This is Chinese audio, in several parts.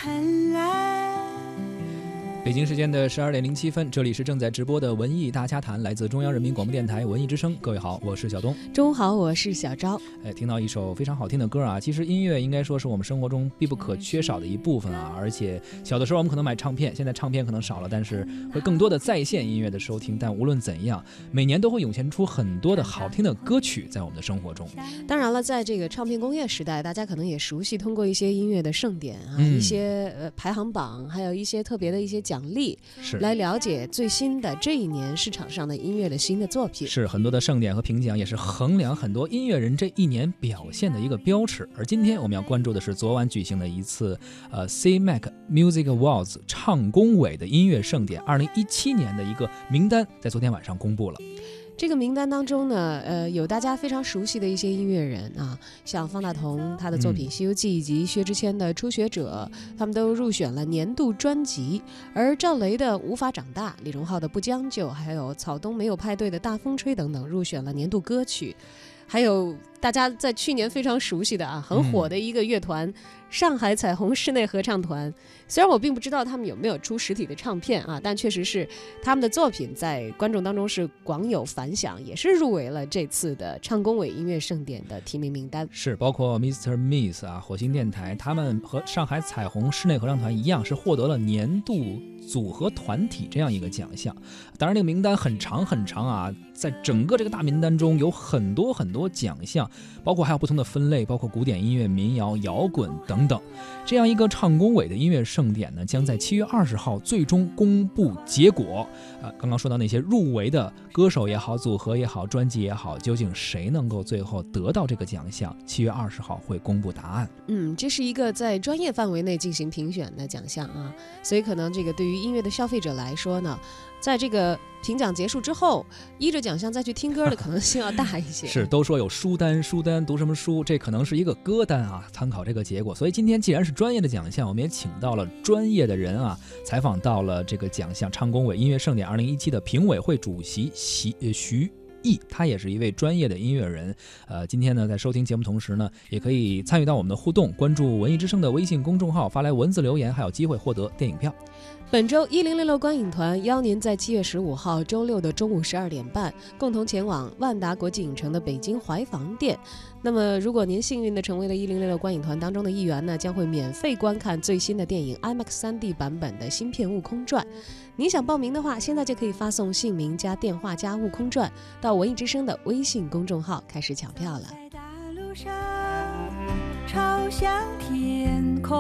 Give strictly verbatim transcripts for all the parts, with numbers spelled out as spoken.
很蓝。 北京时间的十二点零七分，这里是正在直播的文艺大家谈，来自中央人民广播电台文艺之声。各位好，我是小东。 中午好，我是小昭。 哎，听到一首非常好听的歌啊！其实音乐应该说是我们生活中必不可缺少的一部分啊。而且小的时候我们可能买唱片，现在唱片可能少了，但是会更多的在线音乐的收听。但无论怎样，每年都会涌现出很多的好听的歌曲在我们的生活中。 当然了，在这个唱片工业时代，大家可能也熟悉通过一些音乐的盛典啊， 嗯、 一些呃排行榜，还有一些特别的一些奖励。来了解最新的这一年市场上的音乐的新的作品， 是很多的盛典和评奖，也是衡量很多音乐人这一年表现的一个标尺。而今天我们要关注的是昨晚举行的一次呃 C M A C Music Awards 唱工委的音乐盛典，二零一七年的一个名单在昨天晚上公布了。 这个名单当中呢，呃，有大家非常熟悉的一些音乐人啊，像方大同他的作品《西游记》以及薛之谦的《初学者》，他们都入选了年度专辑。而赵雷的《无法长大》，李荣浩的《不将就》，还有草东没有派对的《大风吹》等等，入选了年度歌曲。还有大家在去年非常熟悉的啊，很火的一个乐团、嗯、上海彩虹室内合唱团。虽然我并不知道他们有没有出实体的唱片啊，但确实是他们的作品在观众当中是广有反响，也是入围了这次的唱工委音乐盛典的提名名单。 是包括 Mister Miss 啊、火星电台，他们和上海彩虹室内合唱团一样，是获得了年度组合团体这样一个奖项。当然这个名单很长很长啊，在整个这个大名单中有很多很多奖项，包括还有不同的分类，包括古典音乐、民谣、摇滚等等。这样一个唱工委的音乐盛典呢，将在七月二十号最终公布结果。呃，刚刚说到那些入围的歌手也好、组合也好、专辑也好，究竟谁能够最后得到这个奖项？七月二十号会公布答案。 嗯，这是一个在专业范围内进行评选的奖项啊，所以可能这个对于音乐的消费者来说呢，在这个评奖结束之后，依着奖项再去听歌的可能性要大一些。 是，都说有书单，书单读什么书？这可能是一个歌单啊，参考这个结果。所以今天既然是专业的奖项，我们也请到了专业的人啊，采访到了这个奖项唱工委音乐盛典二零一七的评委会主席徐徐毅，他也是一位专业的音乐人。呃，今天呢，在收听节目同时呢，也可以参与到我们的互动，关注文艺之声的微信公众号，发来文字留言，还有机会获得电影票。 本周一零六六观影团邀您在七月十五号周六的中午十二点半，共同前往万达国际影城的北京怀房店。那么，如果您幸运地成为了一零六六观影团当中的一员呢，将会免费观看最新的电影 IMAX 三 D 版本的新片《悟空传》。您想报名的话，现在就可以发送姓名加电话加悟空传到文艺之声的微信公众号开始抢票了。 在大路上朝向天空，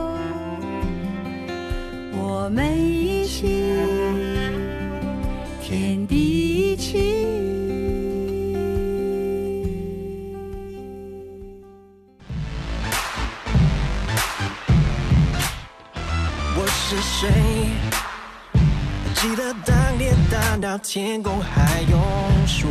我们一起天地一起。 我是谁？记得当年大闹天宫还用说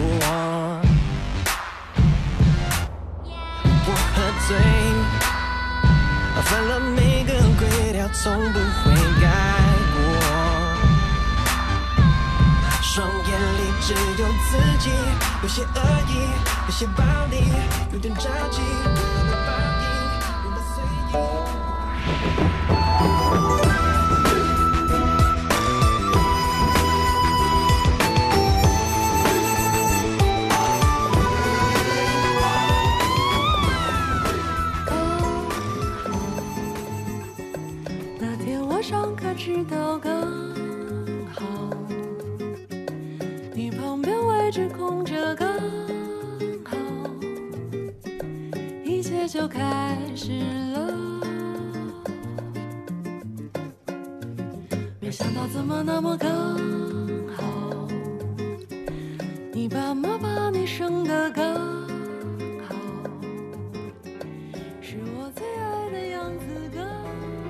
我喝醉，犯了每个规条，从不会改过。双眼里只有自己，有些恶意，有些暴力，有点着急，有点暴力，有点随意。 知道刚好，你旁边位置空着刚好，一切就开始了。没想到怎么那么刚好，你爸妈把你生得刚好，是我最爱的样子刚好。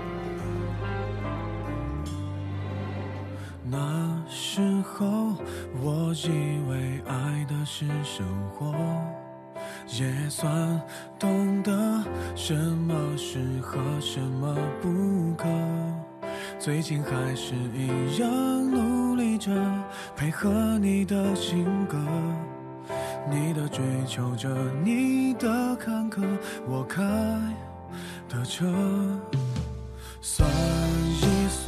那时候我以为爱的是生活，也算懂得什么适合什么不可，最近还是一样努力着配合你的性格，你的追求着，你的坎坷，我开的车算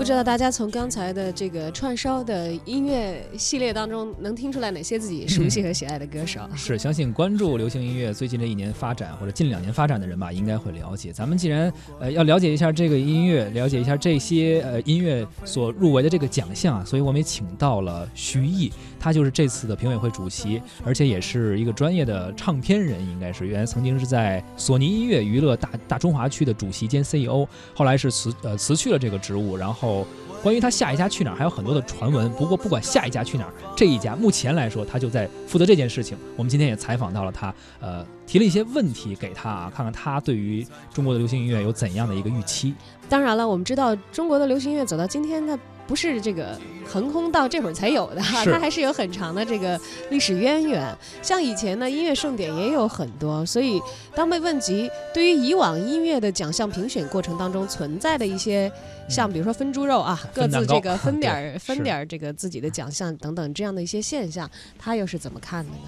不知道大家从刚才的这个串烧的音乐系列当中能听出来哪些自己熟悉和喜爱的歌手？ 嗯、是，相信关注流行音乐最近这一年发展或者近两年发展的人吧，应该会了解。咱们既然呃要了解一下这个音乐，了解一下这些呃音乐所入围的这个奖项啊，所以我们也请到了徐艺，他就是这次的评委会主席，而且也是一个专业的唱片人，应该是原来曾经是在索尼音乐娱乐大大中华区的主席兼 C E O， 后来是辞呃辞去了这个职务，然后关于他下一家去哪儿还有很多的传闻，不过不管下一家去哪儿，这一家目前来说他就在负责这件事情。我们今天也采访到了他，呃，提了一些问题给他啊，看看他对于中国的流行音乐有怎样的一个预期。 当然了，我们知道中国的流行音乐走到今天的。不是这个横空到这会儿才有的，它还是有很长的这个历史渊源。像以前呢，音乐盛典也有很多，所以当被问及对于以往音乐的奖项评选过程当中存在的一些，像比如说分猪肉啊，各自这个分点分点这个自己的奖项等等这样的一些现象，他又是怎么看的呢？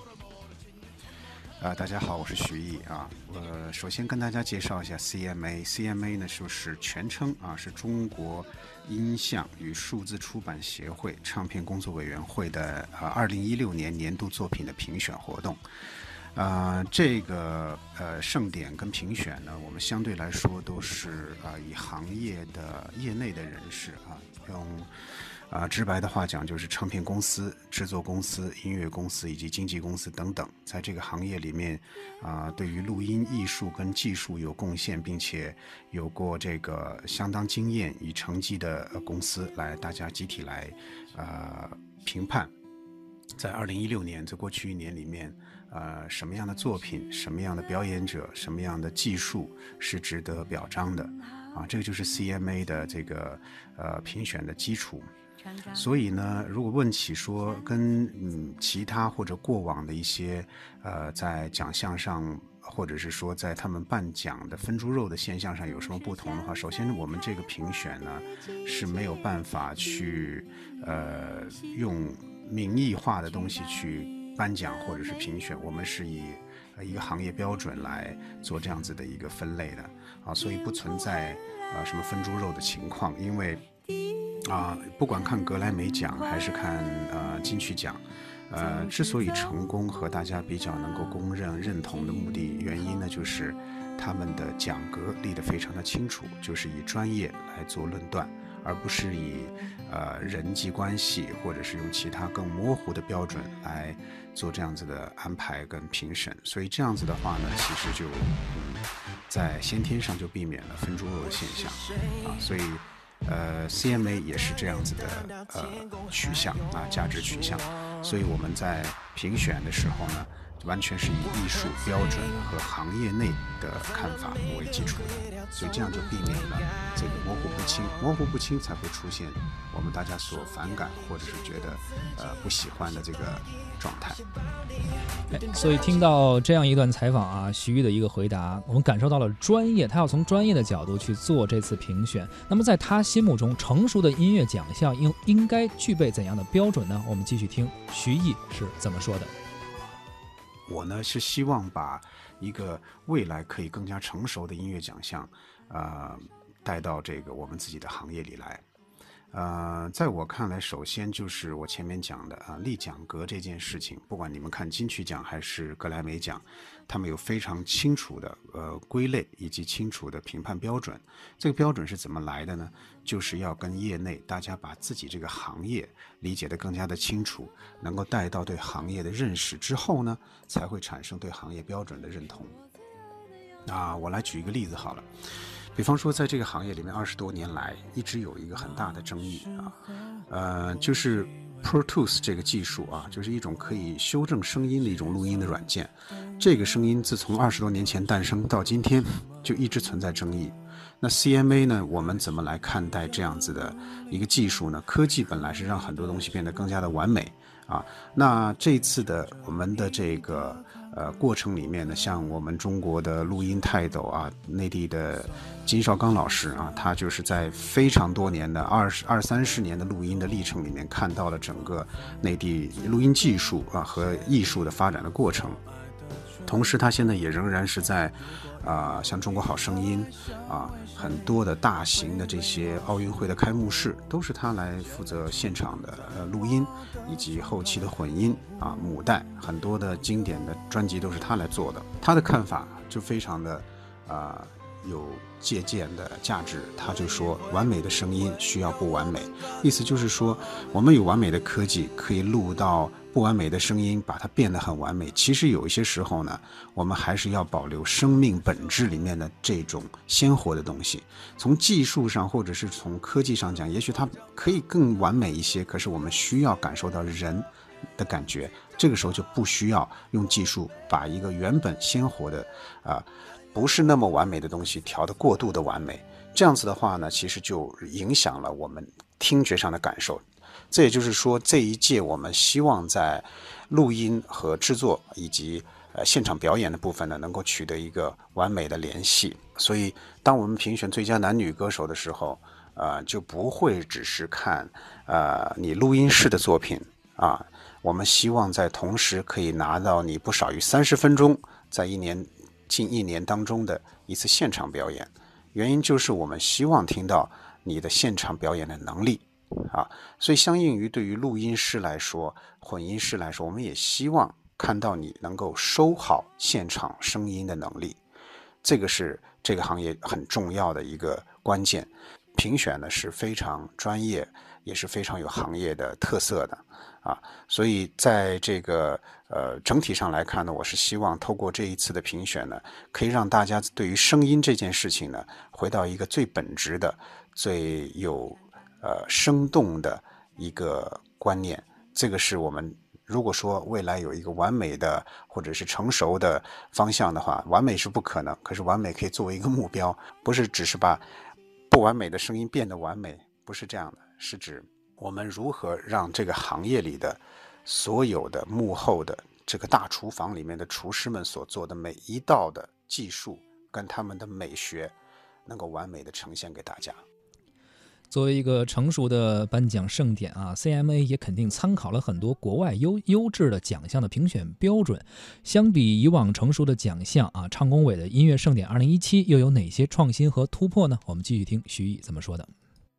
呃，大家好，我是徐艺啊。呃，首先跟大家介绍一下 C M A。C M A 呢，就是全称啊，是中国音像与数字出版协会唱片工作委员会的呃二零一六年年度作品的评选活动。呃，这个呃盛典跟评选呢，我们相对来说都是啊、呃、以行业的业内的人士啊用。啊、呃，直白的话讲，就是唱片公司、制作公司、音乐公司以及经纪公司等等，在这个行业里面，啊、呃，对于录音艺术跟技术有贡献，并且有过这个相当经验与成绩的、呃、公司来，大家集体来，呃，评判，在二零一六年这过去一年里面，呃，什么样的作品、什么样的表演者、什么样的技术是值得表彰的，啊，这个就是 C M A 的这个呃评选的基础。所以呢，如果问起说跟嗯其他或者过往的一些呃在奖项上，或者是说在他们颁奖的分猪肉的现象上有什么不同的话，首先我们这个评选呢是没有办法去呃用名义化的东西去颁奖或者是评选，我们是以一个行业标准来做这样子的一个分类的啊，所以不存在呃什么分猪肉的情况，因为。啊、呃，不管看格莱美奖还是看呃金曲奖，呃，之所以成功和大家比较能够公认认同的目的原因呢，就是他们的奖格立得非常的清楚，就是以专业来做论断，而不是以呃人际关系或者是用其他更模糊的标准来做这样子的安排跟评审。所以这样子的话呢，其实就、嗯、在先天上就避免了分猪肉的现象啊，所以。呃 ，C M A 也是这样子的呃取向啊，价值取向，所以我们在评选的时候呢，完全是以艺术标准和行业内的看法为基础的，所以这样就避免了这个模糊不清，模糊不清才会出现我们大家所反感或者是觉得呃不喜欢的这个状态。 所以听到这样一段采访啊，徐艺的一个回答，我们感受到了专业，他要从专业的角度去做这次评选。那么在他心目中，成熟的音乐奖项应应该具备怎样的标准呢？我们继续听徐艺是怎么说的。 我呢是希望把一个未来可以更加成熟的音乐奖项，呃，带到这个我们自己的行业里来。呃，在我看来，首先就是我前面讲的啊，立奖格这件事情，不管你们看金曲奖还是格莱美奖，他们有非常清楚的呃归类以及清楚的评判标准。这个标准是怎么来的呢？就是要跟业内大家把自己这个行业理解得更加的清楚，能够带到对行业的认识之后呢，才会产生对行业标准的认同。啊，我来举一个例子好了。比方说，在这个行业里面，二十多年来一直有一个很大的争议啊，呃，就是 Pro Tools 这个技术啊，就是一种可以修正声音的一种录音的软件。这个声音自从二十多年前诞生到今天，就一直存在争议。那 C M A 呢，我们怎么来看待这样子的一个技术呢？科技本来是让很多东西变得更加的完美啊，那这次的我们的这个呃过程里面呢，像我们中国的录音泰斗啊，内地的金绍刚老师啊，他就是在非常多年的二十二三十年的录音的历程里面，看到了整个内地录音技术啊和艺术的发展的过程。 同时他现在也仍然是在啊、呃，像中国好声音啊，很多的大型的这些奥运会的开幕式都是他来负责现场的呃录音以及后期的混音啊，母带很多的经典的专辑都是他来做的。他的看法就非常的啊、呃、有借鉴的价值，他就说完美的声音需要不完美，意思就是说我们有完美的科技可以录到不完美的声音，把它变得很完美。其实有一些时候呢，我们还是要保留生命本质里面的这种鲜活的东西。从技术上或者是从科技上讲，也许它可以更完美一些，可是我们需要感受到人的感觉，这个时候就不需要用技术把一个原本鲜活的啊、呃、不是那么完美的东西调得过度的完美。这样子的话呢，其实就影响了我们听觉上的感受。这也就是说，这一届我们希望在录音和制作以及呃现场表演的部分呢，能够取得一个完美的联系。所以，当我们评选最佳男女歌手的时候，呃，就不会只是看呃你录音室的作品啊，我们希望在同时可以拿到你不少于三十分钟，在一年近一年当中的一次现场表演。原因就是我们希望听到你的现场表演的能力。啊，所以相应于对于录音师来说，混音师来说，我们也希望看到你能够收好现场声音的能力，这个是这个行业很重要的一个关键。评选呢是非常专业，也是非常有行业的特色的啊，所以在这个呃整体上来看呢，我是希望透过这一次的评选呢，可以让大家对于声音这件事情呢，回到一个最本质的、最有呃，生动的一个观念。这个是我们如果说未来有一个完美的或者是成熟的方向的话，完美是不可能，可是完美可以作为一个目标，不是只是把不完美的声音变得完美，不是这样的，是指我们如何让这个行业里的所有的幕后的这个大厨房里面的厨师们所做的每一道的技术跟他们的美学能够完美的呈现给大家。 作为一个成熟的颁奖盛典啊 ，C M A 也肯定参考了很多国外优优质的奖项的评选标准。相比以往成熟的奖项啊，唱工委的音乐盛典二零一七又有哪些创新和突破呢？我们继续听徐毅怎么说的。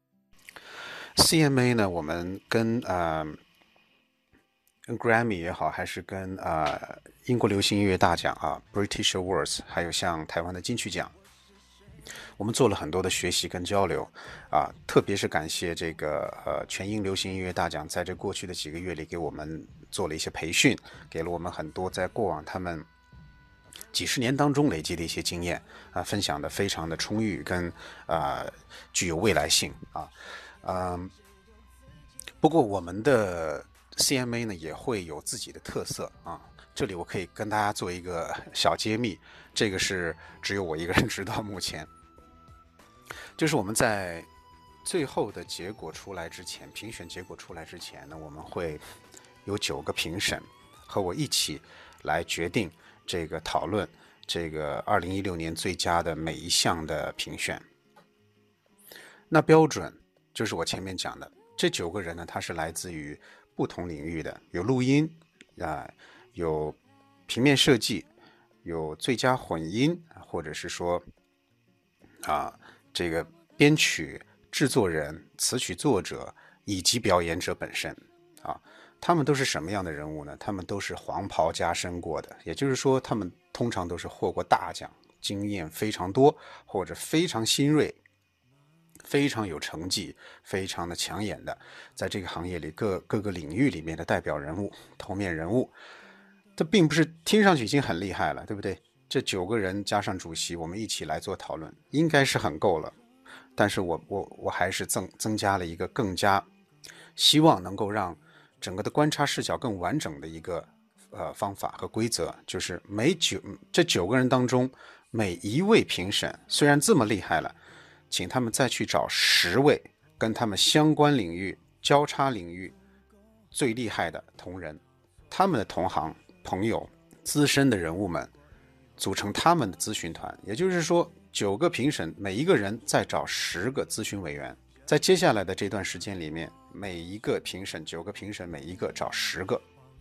C M A 呢，我们跟呃跟 Grammy 也好，还是跟呃英国流行音乐大奖啊 British Awards， 还有像台湾的金曲奖。我们做了很多的学习跟交流啊，特别是感谢这个呃全英流行音乐大奖在这过去的几个月里给我们做了一些培训，给了我们很多在过往他们几十年当中累积的一些经验啊，分享的非常的充裕跟啊、呃、具有未来性啊，嗯，不过我们的 C M A 呢也会有自己的特色啊。这里我可以跟大家做一个小揭秘，这个是只有我一个人知道。目前就是我们在最后的结果出来之前，评选结果出来之前呢，我们会有九个评审和我一起来决定这个讨论这个二零一六年最佳的每一项的评选。那标准就是我前面讲的，这九个人呢，他是来自于不同领域的，有录音啊、呃，有平面设计，有最佳混音，或者是说啊这个编曲、制作人、词曲作者以及表演者本身啊，他们都是什么样的人物呢？他们都是黄袍加身过的，也就是说，他们通常都是获过大奖，经验非常多，或者非常新锐，非常有成绩，非常的抢眼的，在这个行业里各各个领域里面的代表人物、头面人物。这并不是听上去已经很厉害了，对不对？这九个人加上主席，我们一起来做讨论，应该是很够了。但是我我我还是增增加了一个更加希望能够让整个的观察视角更完整的一个呃方法和规则，就是每九这九个人当中，每一位评审虽然这么厉害了，请他们再去找十位跟他们相关领域、交叉领域最厉害的同仁，他们的同行、朋友、资深的人物们，组成他们的咨询团。也就是说，九个评审，每一个人再找十个咨询委员。在接下来的这段时间里面，每一个评审，九个评审，每一个找十个啊，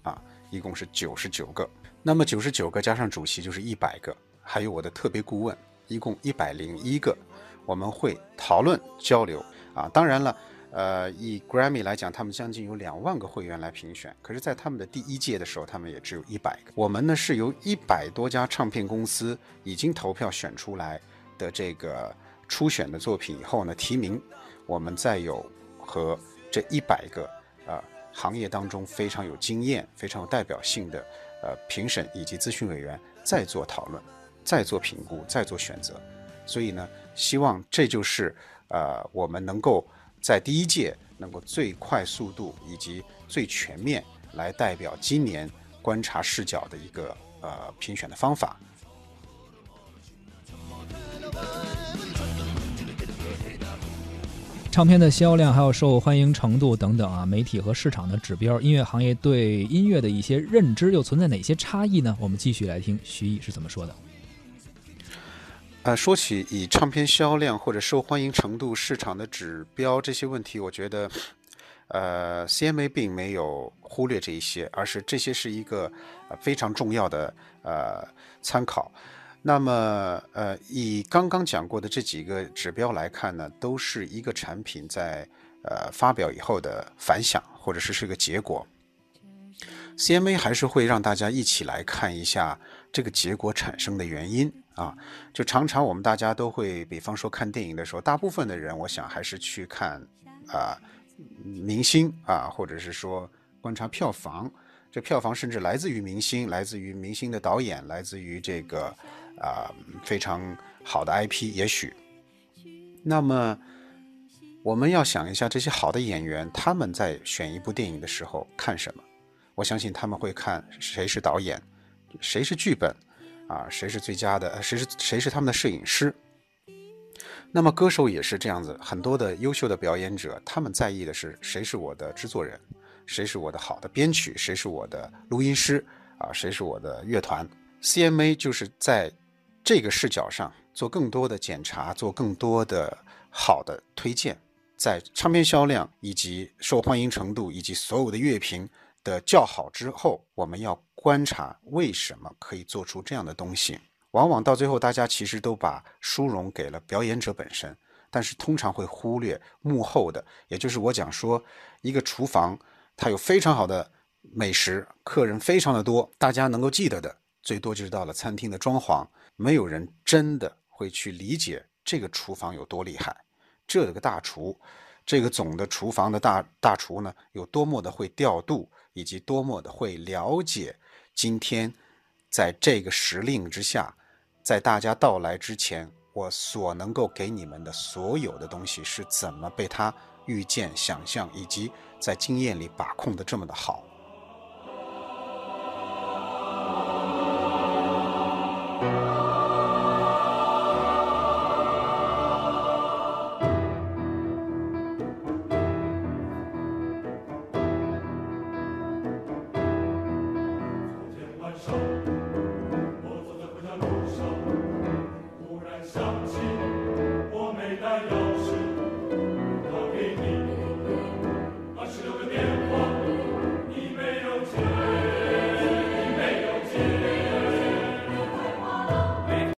一共是九十九个。那么九十九个加上主席就是一百个，还有我的特别顾问，一共一百零一个。我们会讨论交流啊，当然了，呃，以 Grammy 来讲，他们将近有两万个会员来评选，可是，在他们的第一届的时候，他们也只有一百个。我们呢是由一百多家唱片公司已经投票选出来的这个初选的作品以后呢，提名，我们再有和这一百个呃行业当中非常有经验、非常有代表性的呃评审以及咨询委员再做讨论、再做评估、再做选择。所以呢，希望这就是呃我们能够在第一届能够最快速度以及最全面来代表今年观察视角的一个呃评选的方法。 唱片的销量还有受欢迎程度等等啊，媒体和市场的指标，音乐行业对音乐的一些认知又存在哪些差异呢？我们继续来听徐毅是怎么说的。 呃，说起以唱片销量或者受欢迎程度、市场的指标这些问题，我觉得，呃 ，C M A 并没有忽略这一些，而是这些是一个、呃、非常重要的呃参考。那么，呃，以刚刚讲过的这几个指标来看呢，都是一个产品在呃发表以后的反响，或者是是个结果。C M A 还是会让大家一起来看一下这个结果产生的原因啊。就常常我们大家都会，比方说看电影的时候，大部分的人我想还是去看啊明星啊，或者是说观察票房。这票房甚至来自于明星，来自于明星的导演，来自于这个啊、呃、非常好的 I P 也许。那么我们要想一下，这些好的演员他们在选一部电影的时候看什么？我相信他们会看谁是导演，谁是剧本啊，谁是最佳的，谁是谁是他们的摄影师。那么歌手也是这样子，很多的优秀的表演者，他们在意的是谁是我的制作人，谁是我的好的编曲，谁是我的录音师啊，谁是我的乐团。C M A 就是在这个视角上做更多的检查，做更多的好的推荐，在唱片销量以及受欢迎程度以及所有的乐评的较好之后，我们要观察为什么可以做出这样的东西。往往到最后大家其实都把殊荣给了表演者本身，但是通常会忽略幕后的，也就是我讲说一个厨房它有非常好的美食，客人非常的多，大家能够记得的最多就是到了餐厅的装潢，没有人真的会去理解这个厨房有多厉害，这个大厨，这个总的厨房的大大厨呢，有多么的会调度，以及多么的会了解今天在这个时令之下，在大家到来之前，我所能够给你们的所有的东西是怎么被他预见、想象，以及在经验里把控的这么的好。 我走在回家路上，忽然想起我没带药。